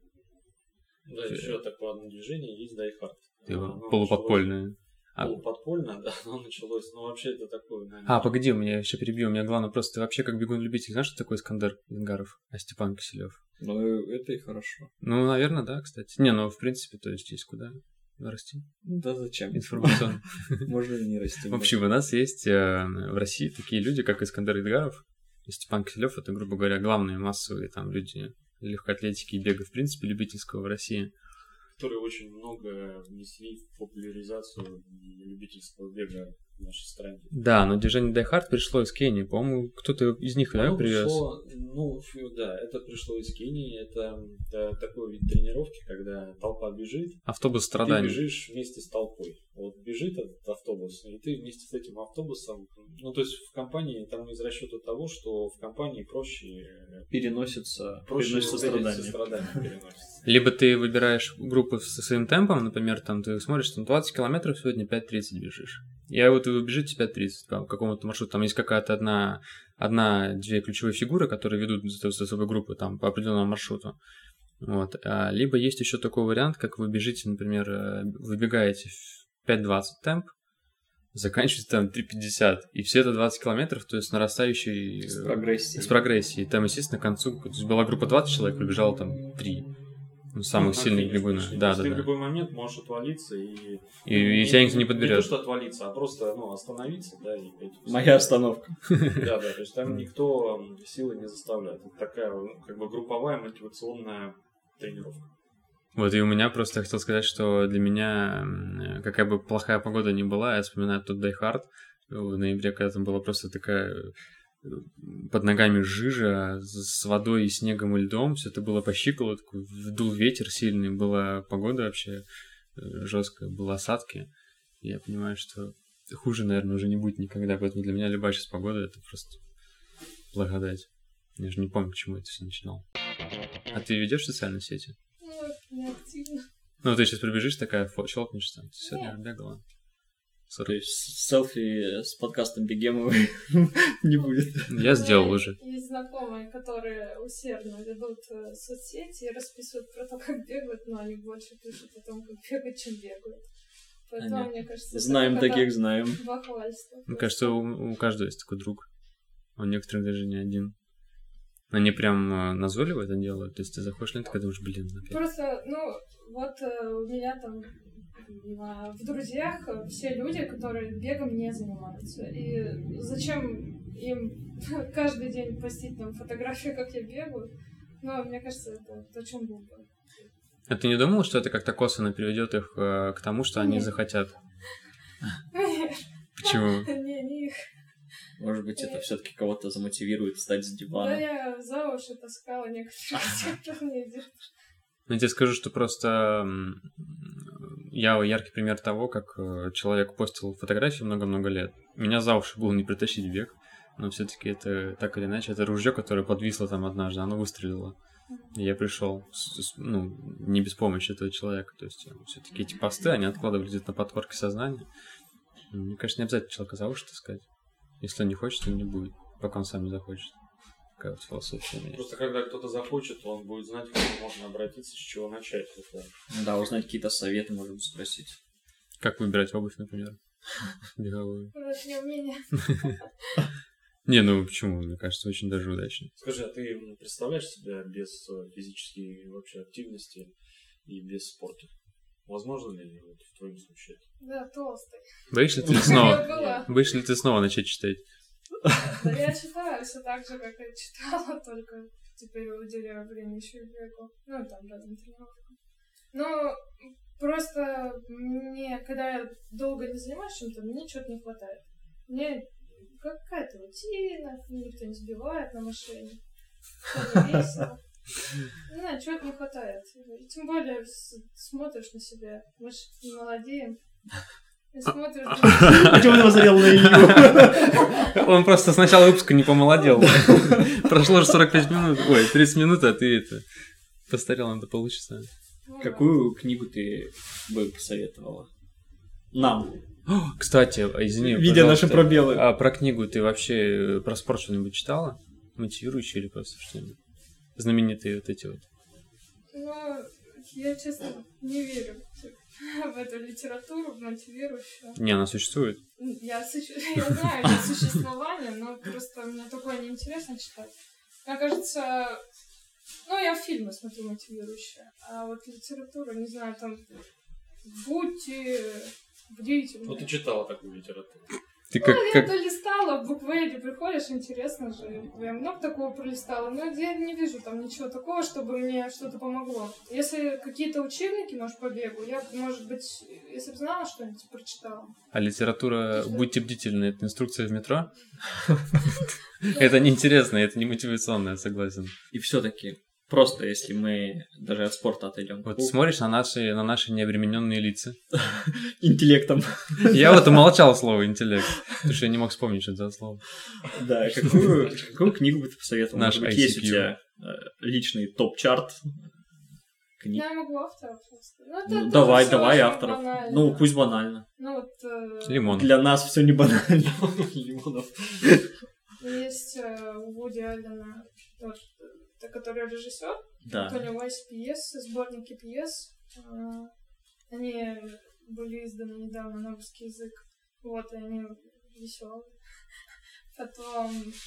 Да, еще такое одно движение есть Die Hard. Полуподпольное. Полуподпольно, да, оно началось, но вообще это такое, наверное... Погоди, у меня еще перебью, у меня главное просто, ты вообще как бегун-любитель, знаешь, что такое Искандер Венгаров, а Степан Киселев? Ну, это и хорошо. Ну, наверное, да, кстати. Не, ну, в принципе, то есть куда расти. Да зачем? Информационно. Можно не расти. В общем, у нас есть в России такие люди, как Искандер Венгаров и Степан Киселев, это, грубо говоря, главные массовые там люди легкоатлетики и бега, в принципе, любительского в России. Которые очень много внесли в популяризацию любительского бега в нашей стране. Да, но движение Die Hard пришло из Кении. По-моему, кто-то из них, да, привез? Да, это пришло из Кении. Это такой вид тренировки, когда толпа бежит. Автобус страданий. Ты бежишь вместе с толпой. Вот бежит этот автобус, и ты вместе с этим автобусом... Ну, то есть в компании, там из расчета того, что в компании проще переносятся страдания. Либо ты выбираешь группу со своим темпом, например, там ты смотришь, там 20 километров сегодня 5:30 бежишь. И вот вы бежите 5:30 по какому-то маршруту, там есть какая-то одна-две ключевые фигуры, которые ведут за собой группу там по определенному маршруту. Вот. Либо есть еще такой вариант, как вы бежите, например, выбегаете в 5:20 темп, заканчиваете там 3:50, и все это 20 километров, то есть нарастающий... С прогрессией. Там, естественно, к концу, то есть была группа 20 человек, выбежало там 3. Самых сильных бегунов. Да. Ты в любой момент можешь отвалиться и тебя никто не подберет. Не то, что отвалиться, а просто остановиться, да, и опять... Моя остановка. Да, то есть там никто силы не заставляет. Это такая, как бы, групповая мотивационная тренировка. Вот, и у меня просто хотел сказать, что для меня, какая бы плохая погода ни была, я вспоминаю тот Die Hard в ноябре, когда там была просто такая под ногами жижа с водой и снегом и льдом, все это было по щиколотку, вдул ветер сильный, была погода вообще жесткая, были осадки. И я понимаю, что хуже, наверное, уже не будет никогда, поэтому для меня любая сейчас погода — это просто благодать. Я же не помню, к чему это все начинал. А ты ведешь социальные сети? Ну, не активно. Ну, ты сейчас прибежишь такая, щелкнешь там, ты сегодня бегала. То есть селфи с подкастом Бегемовой не будет. Я сделал уже. Есть знакомые, которые усердно ведут соцсети и расписывают про то, как бегают, но они больше пишут о том, как бегать, чем бегают. Поэтому, мне кажется, знаем таких, знаем. Бахвальство. Мне кажется, у каждого есть такой друг. У некоторых даже не один. Они прям назойливо это делают. То есть ты заходишь в ленту, когда думаешь, блин, опять. Просто, вот у меня там в друзьях все люди, которые бегом не занимаются. И зачем им каждый день постить там фотографии, как я бегаю? Но мне кажется, это очень глупо. А ты не думал, что это как-то косвенно приведет их к тому, что они захотят? Почему? Не их. Может быть, это все-таки кого-то замотивирует встать с дивана. Да, я за уши таскала некоторых тех, кто не идет. Я тебе скажу, что просто я яркий пример того, как человек постил фотографии много-много лет. Меня за уши было не притащить в бег, но все-таки это так или иначе, это ружье, которое подвисло там однажды, оно выстрелило. И я пришел, не без помощи этого человека. То есть все-таки эти посты, они откладывали где-то на подкорке сознания. Мне кажется, не обязательно человека за уши таскать. Если он не хочет, он не будет, пока он сам не захочет. Такая вот философия у меня. Просто когда кто-то захочет, он будет знать, к кому можно обратиться, с чего начать. Да, узнать какие-то советы, может быть, спросить. Как выбирать обувь, например, беговую? Это не умение. Не, ну почему? Мне кажется, очень даже удачно. Скажи, а ты представляешь себя без физической вообще активности и без спорта? Возможно ли вот в твоем случае? Да, толстый. Боишься ли ты снова начать читать? Да я читаю все так же, как я читала, только теперь уделяю время еще и бегу. Ну, там разные тренировки. Но просто мне, когда я долго не занимаюсь чем-то, мне чего-то не хватает. Мне какая-то рутина, никто не сбивает на машине. Что-то весело. Не знаю, чего-то не хватает. И тем более смотришь на себя. Мы же не молодеем. И смотришь... Почему он возрел на ее? Он просто с начала выпуска не помолодел. Прошло уже 45 минут. Ой, 30 минут, а ты постарел на полчаса. Ну, Какую книгу ты бы посоветовала? Нам, Кстати, извини, видя наши пожалуйста, пробелы. а про книгу ты вообще про спорт что-нибудь читала? Мотивирующую или просто что-нибудь? Знаменитые вот эти вот. Ну, я, честно, не верю в эту литературу, в мотивирующую. Не, она существует. Я знаю ее существование, но просто мне такое неинтересно читать. Мне кажется, ну, я фильмы смотрю мотивирующие, а вот литература, не знаю, там, будьте бдительны. Вот ты читала такую литературу. Ты Ну, как, я как... то листала, в букведе приходишь, интересно же. Я много такого пролистала, но я не вижу там ничего такого, чтобы мне что-то помогло. Если какие-то учебники, может, по бегу, я, может быть, если бы знала что-нибудь, прочитала. А литература «Будьте бдительны» — это инструкция в метро? Это неинтересно, это не мотивационно, я согласен. И все-таки, просто если мы даже от спорта отойдем. Вот смотришь на наши необремененные лица. Интеллектом. Я вот умолчал слово «интеллект», потому что я не мог вспомнить, что это за слово. Да, какую книгу бы ты посоветовал? Наш Может быть, есть у ICQ. тебя личный топ-чарт книг? Я могу автора просто. Ну, это Ну, тоже давай, всё давай очень авторов. банально. Ну, пусть банально. Ну, вот Лимон. Для нас все не банально. Лимонов. есть у Вуди Аллена тот, который режиссер, Да. у него есть пьесы, сборники пьес. Они были изданы недавно на русский язык. Вот, и они веселые. Потом,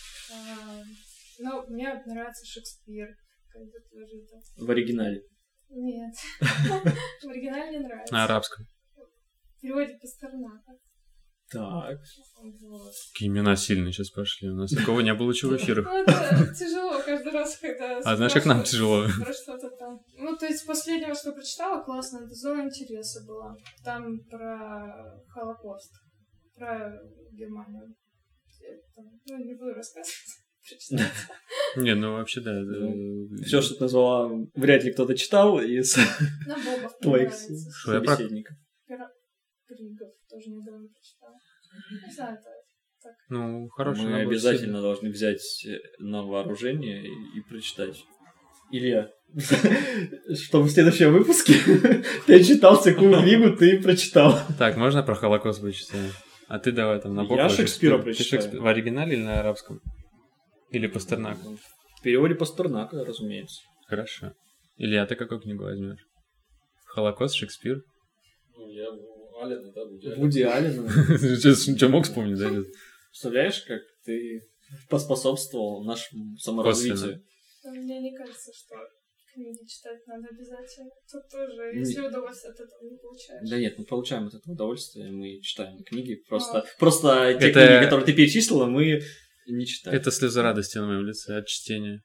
ну, мне нравится Шекспир. Как бы тоже это... В оригинале. Нет. В оригинале не нравится. На арабском. В переводе Пастернака. Так. Вот. Какие имена сильные сейчас пошли. У нас такого не было еще в эфирах. Ну, это тяжело каждый раз, когда... А знаешь, как нам тяжело? Про что-то там. Ну, то есть, последнего, что прочитала, классно, это «Зона интереса» была. Там про Холокост, про Германию. Ну, не буду рассказывать. Прочитать. Не, ну вообще да. Все, что ты назвала, вряд ли кто-то читал из На Бобов мне твоих нравится. Что я про- собеседников. Кригов тоже недавно прочитала. Не знаю, это так. Ну, хороший Мы набор обязательно должны взять на вооружение и прочитать. Илья, чтобы в следующем выпуске ты читал всякую книгу, ты прочитал. сил. Так, можно про Холокост почитать? А ты давай там на Я букву Шекспира Ты прочитаю. В оригинале или на арабском? Или Пастернак? В переводе Пастернака, разумеется. Хорошо. Илья, ты какую книгу возьмешь? Холокост, Шекспир? Ну, я Аллена, да, Вуди Аллена. Что мог вспомнить, да? Представляешь, как ты поспособствовал нашему саморазвитию? Но мне не кажется, что книги читать надо обязательно. Тут тоже, если удовольствие от этого не получаешь. Да нет, мы получаем от этого удовольствие, мы читаем книги. Просто Это- те книги, которые ты перечислила, мы не читаем. Это слезы радости на моем лице от чтения.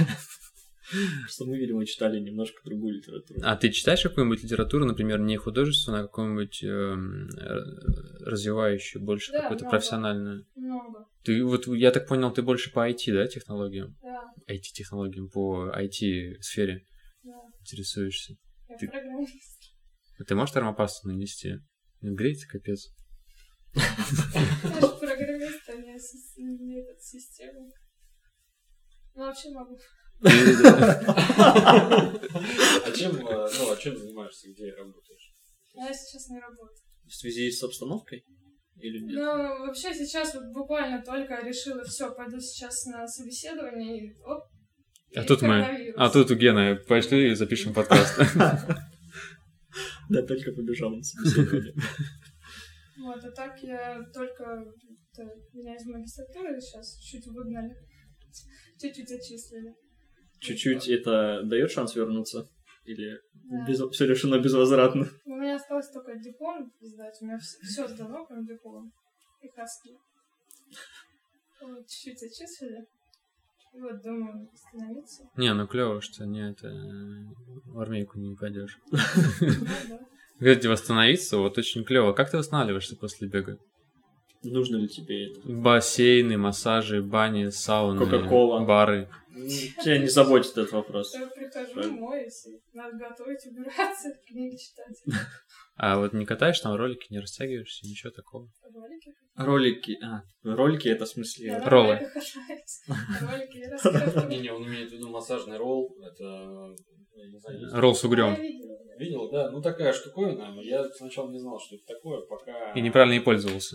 Просто мы, видимо, читали немножко другую литературу. А ты читаешь какую-нибудь литературу, например, не художественную, а какую-нибудь развивающую, больше Да, какую-то много. профессиональную? Много, Ты вот, я так понял, ты больше по IT, да, технологиям? да, IT-технологиям, по IT-сфере да. интересуешься. Я Ты- программист. А ты можешь термопасту нанести? Греется капец. Я же программист, а не этот системник. Ну, вообще могу. А чем занимаешься, где работаешь? Я сейчас не работаю. В связи с обстановкой? Или нет? Ну, вообще сейчас вот буквально только решила, все, пойду сейчас на собеседование, и оп, А и тут мы. коронавирус. А тут у Гена. Пошли и запишем подкаст. Да, только побежал на собеседование. Вот, а так я только... Меня из магистратуры сейчас чуть выгнали. Чуть-чуть отчислили. Чуть-чуть это дает шанс вернуться? Или Да. все решено безвозвратно? У меня осталось только диплом сдать. У меня все сдано, кроме диплома. И хаски. Вот, чуть-чуть отчислили. И вот думаю остановиться. Не, ну клево, что не это в армейку не пойдешь. Ну, да. Кстати, восстановиться, вот очень клево. Как ты восстанавливаешься после бега? Нужно ли тебе это? Бассейны, массажи, бани, сауны, Кока-кола. бары. Тебя не заботит этот вопрос. Я прихожу, Правильно. моюсь, и надо готовить, убираться, книги читать. А вот не катаешь там ролики, не растягиваешься, ничего такого. Ролики. Ролики это в смысле... Я на Роллы. роликах катаюсь. Ролики я рассказываю. Не, он имеет в виду массажный ролл. Это Я не знаю, есть. Ролл с угрём. Я видела. Видел, да? Ну, такая штуковина. Я сначала не знал, что это такое, пока... И неправильно ей пользовался.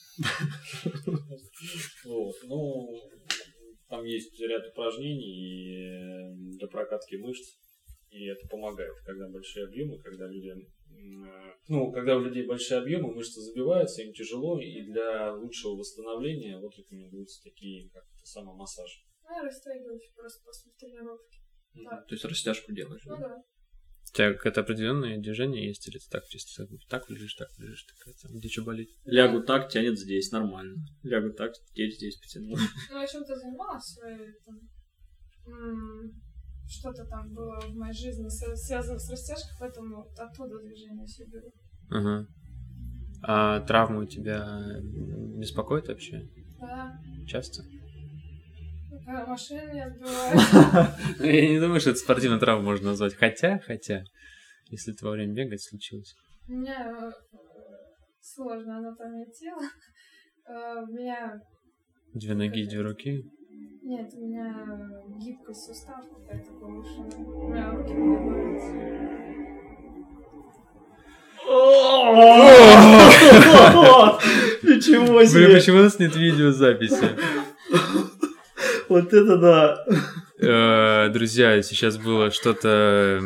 Вот. Ну, там есть ряд упражнений для прокатки мышц, и это помогает, когда большие объемы, когда люди... Ну, когда у людей большие объемы, мышцы забиваются, им тяжело, и для лучшего восстановления вот рекомендуются такие, как самомассаж. Я растягиваюсь просто после тренировки. Так. То есть растяжку делаешь, Ну да? да. У тебя какое-то определенное движение есть, или ты так чисто так лежишь, такая, там, где что болит? Лягу так, тянет здесь, нормально. Лягу так, тянет здесь, потянул. Ну, я чем-то занималась своей, там, что-то там было в моей жизни связано с растяжкой, поэтому оттуда движение все беру. Ага. А травмы у тебя беспокоят вообще? Да. Часто? Когда машины не отбивают. Я не думаю, что это спортивную травму можно назвать. Хотя, если это во время бега случилось. У меня сложная анатомия тела. У меня... 2 ноги, 2 руки. Нет, у меня гибкость суставов какая-то повышенная. У меня руки поднимаются. Ничего Блин, себе! почему у нас нет видеозаписи? Вот это да! Друзья, сейчас было что-то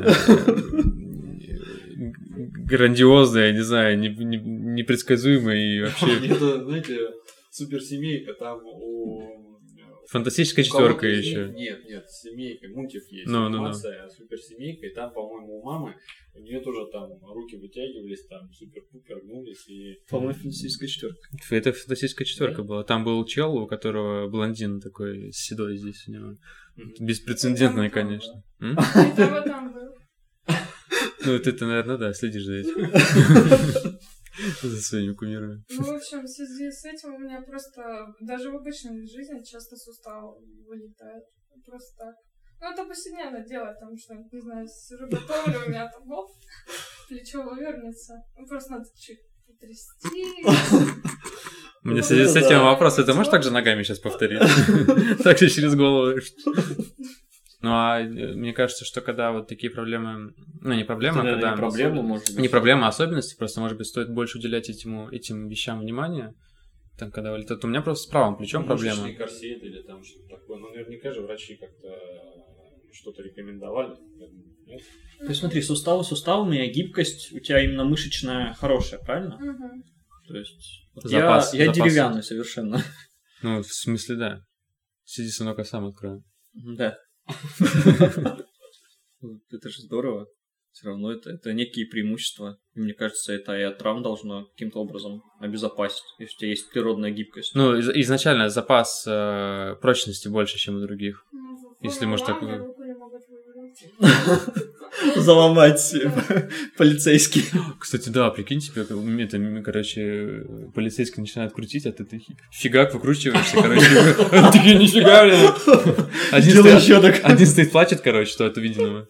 грандиозное, не знаю, непредсказуемое и вообще... Это, знаете, суперсемейка, там у... Фантастическая у кого-то четверка из них- еще. Нет, семейка, мультик есть, Ну. анимация, суперсемейка, и там, по-моему, у мамы, у нее тоже там руки вытягивались, там супер-пупер гнулись, и... По-моему, фантастическая четверка. Это фантастическая четверка была. Там был чел, у которого блондин такой с седой здесь у него. Беспрецедентный, конечно. М? И там был. Ну, ты, наверное, да, следишь за этим. За своими кумирами. Ну, в общем, в связи с этим у меня просто даже в обычной жизни часто суставы вылетают. Просто так. Ну, это повседневное дело, потому что, не знаю, сижу готовлю, у меня там, оп, плечо вывернется. Ну, просто надо чуть потрясти. У меня в связи с этим вопрос, ты можешь так же ногами сейчас повторить? Так же через голову. Ну, а мне кажется, что когда вот такие проблемы... Ну, не проблема, Это, когда... не проблема, может быть. Не проблема, а особенности. Просто, может быть, стоит больше уделять этим вещам внимания. Там, когда вылетает. У меня просто с правым плечом проблема. Мышечный корсет или там что-то такое. Ну, наверняка же врачи как-то что-то рекомендовали. Нет? То есть смотри, суставы суставами, а гибкость у тебя именно мышечная хорошая, правильно? Мгм. То есть вот Запас- я запас. деревянный совершенно. Ну, в смысле, да. Сиди, сынок, я сам открою. Да. Это же здорово. Все равно это некие преимущества. И мне кажется, это и от травм должно каким-то образом обезопасить, если у тебя есть природная гибкость. Ну, изначально запас прочности больше, чем у других. Ну, Если может так- ламы руку не могут вывернуть. Заломать полицейский. Кстати, да, прикинь себе, это, короче, полицейский начинает крутить, а ты фигак выкручиваешься, короче. Такие, нифига, блин. Делай еще так. Один стоит, плачет, короче, что это виденного.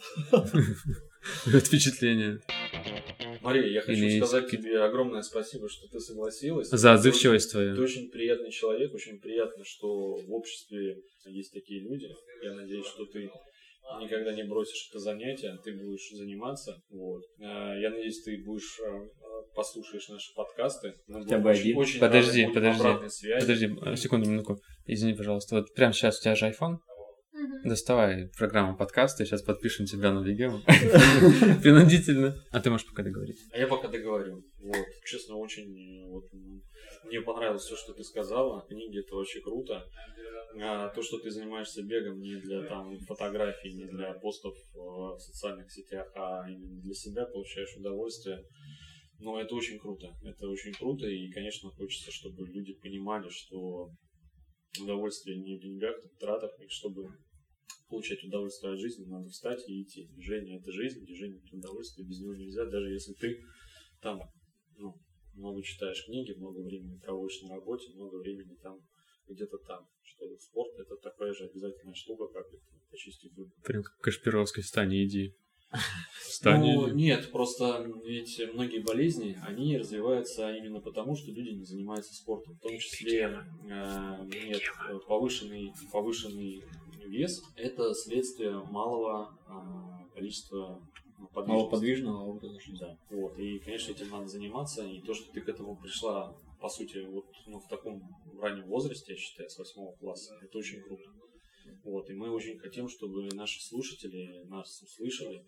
Это впечатление. Мария, я хочу Или сказать какие-то- тебе огромное спасибо, что ты согласилась. За отзывчивость твою. Ты очень приятный человек, очень приятно, что в обществе есть такие люди. Я надеюсь, что ты никогда не бросишь это занятие, ты будешь заниматься. Вот. Я надеюсь, ты будешь послушаешь наши подкасты. Мы Хотя будем бы один. очень Подожди, рады будем обратной связи. Подожди, секунду, минутку. Извини, пожалуйста. Вот прямо сейчас у тебя же iPhone. Мгм. Доставай программу подкаста, сейчас подпишем тебя на Бигему. Принудительно. А ты можешь пока договорить. А я пока договорю. Вот. Честно, очень мне понравилось все, что ты сказала. Книги — это очень круто. То, что ты занимаешься бегом не для там фотографий, не для постов в социальных сетях, а именно для себя получаешь удовольствие. Но это очень круто. Это очень круто. И, конечно, хочется, чтобы люди понимали, что удовольствие не в деньгах, а в тратах. И чтобы получать удовольствие от жизни, надо встать и идти. Движение — это жизнь, движение — это удовольствие, без него нельзя, даже если ты там много читаешь книги, много времени проводишь на работе, много времени там где-то там. Что спорт — это такая же обязательная штука, как почистить зубы. Прям как Кашпировской, встань и иди. Встань и Ну, иди. нет, просто ведь многие болезни, они развиваются именно потому, что люди не занимаются спортом. В том числе нет, повышенный вес – это следствие малого количество Малоподвижного образа жизни. Да, вот, и, конечно, этим надо заниматься, и то, что ты к этому пришла, по сути, вот, ну, в таком раннем возрасте, я считаю, с 8 класса, это очень круто. Вот, и мы очень хотим, чтобы наши слушатели нас услышали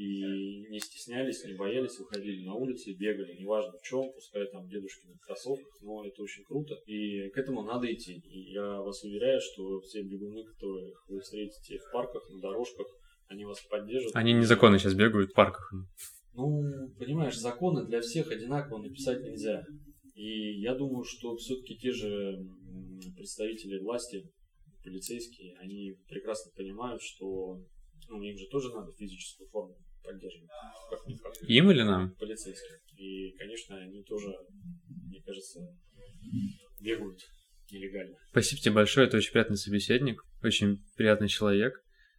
и не стеснялись, не боялись, выходили на улицы, бегали, неважно в чем, пускай там дедушки в кроссовках, но это очень круто, и к этому надо идти. И я вас уверяю, что все бегуны, которых вы встретите в парках, на дорожках, они вас поддержат. Они незаконно сейчас бегают в парках. Ну, понимаешь, законы для всех одинаково написать нельзя. И я думаю, что все-таки те же представители власти, полицейские, они прекрасно понимают, что ну, им же тоже надо физическую форму поддерживать. Как Им или нам? Полицейских. И, конечно, они тоже, мне кажется, бегают нелегально. Спасибо тебе большое, это очень приятный собеседник, очень приятный человек.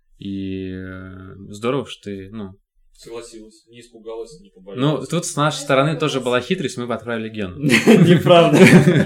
И здорово, что ты, ну... Согласилась, не испугалась, не побоялась. Ну, тут с нашей стороны тоже была хитрость, мы бы отправили Гену. Неправда.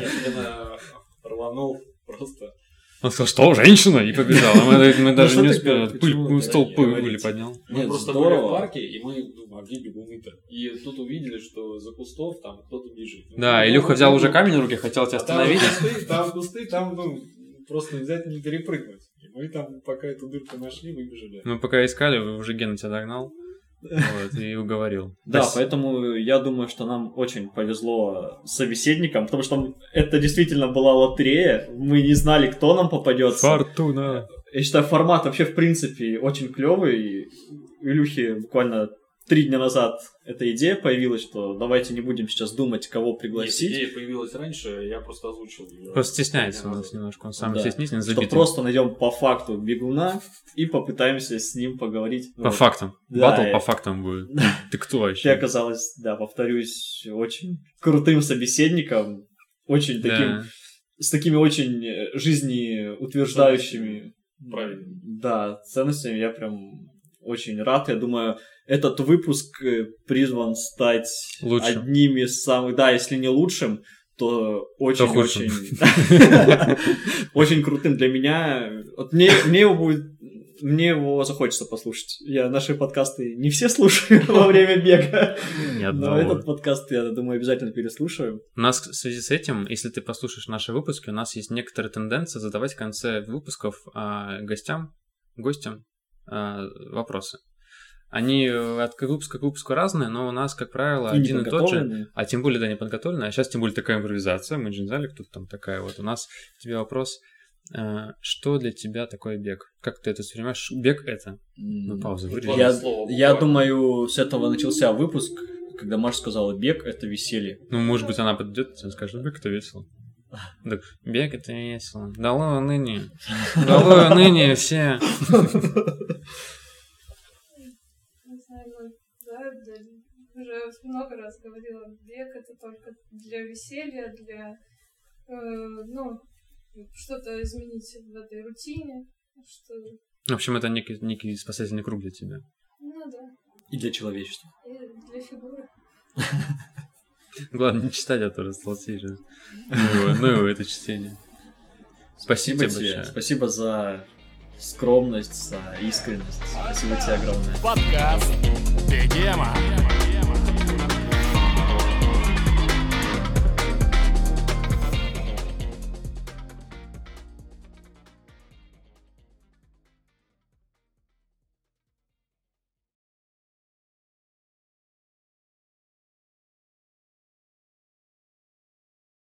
Я рванул просто... Он сказал, что, женщина? И побежал. А мы даже не успели. Почему? Стол пыли поднял. Мы Нет, просто здорово. были в парке, и мы думали, а где бегуны-то? И тут увидели, что за кустов там кто-то бежит. Да, Илюха взял уже камень в руки, хотел тебя остановить. Там кусты, там просто взять не перепрыгнуть. И мы там пока эту дырку нашли, выбежали. Мы пока искали, уже Гена тебя догнал. Вот, и уговорил. Да, поэтому я думаю, что нам очень повезло с собеседником, потому что это действительно была лотерея, мы не знали, кто нам попадется. Фортуна. Я считаю, формат вообще в принципе очень клевый. У Илюхи буквально 3 дня назад эта идея появилась, что давайте не будем сейчас думать, кого пригласить. Идея появилась раньше, я просто озвучил ее. Просто стесняется у нас немножко, он сам Да. стеснительный, Что забитый. просто найдем по факту бегуна и попытаемся с ним поговорить. По фактам. Да, Батл и- по фактам будет. Ты кто Ты вообще? оказалась, да, повторюсь, очень крутым собеседником, очень таким, Да. с такими очень жизнеутверждающими Правильно. да, ценностями. Я прям очень рад. Я думаю, этот выпуск призван стать Лучшим. одним из самых, да, если не лучшим, то худшим. очень очень крутым для меня. Вот мне его захочется послушать. Я наши подкасты не все слушаю во время бега, Ни но одного. этот подкаст, я думаю, обязательно переслушаю. У нас в связи с этим, если ты послушаешь наши выпуски, у нас есть некоторая тенденция задавать в конце выпусков гостям вопросы. Они от выпуска к выпуску разные, но у нас, как правило, И один и тот же. неподготовленные. А тем более, да, не подготовленная. А сейчас тем более такая импровизация. Мы же не знали, кто там такая. Вот у нас к тебе вопрос. Что для тебя такое бег? Как ты это воспринимаешь? Бег это? Ну, пауза, вырежи. Ладно, слово Я буквально. думаю, с этого начался выпуск, когда Маша сказала, бег — это веселье. Ну, может быть, она подойдет и скажет, бег это весело. Так, бег это весело. Долой ныне. Долой ныне все. Не знаю, ну, да, уже много раз говорила, бег это только для веселья, для, ну, что-то изменить в этой рутине, что, В общем, это некий спасательный круг для тебя. ну да, И для человечества. и для фигуры. Главное, не читать, а то растолстеешь. Ну его это чтение. Спасибо тебе большое. Спасибо за скромность, за искренность. Спасибо тебе огромное. Подкаст Бегема.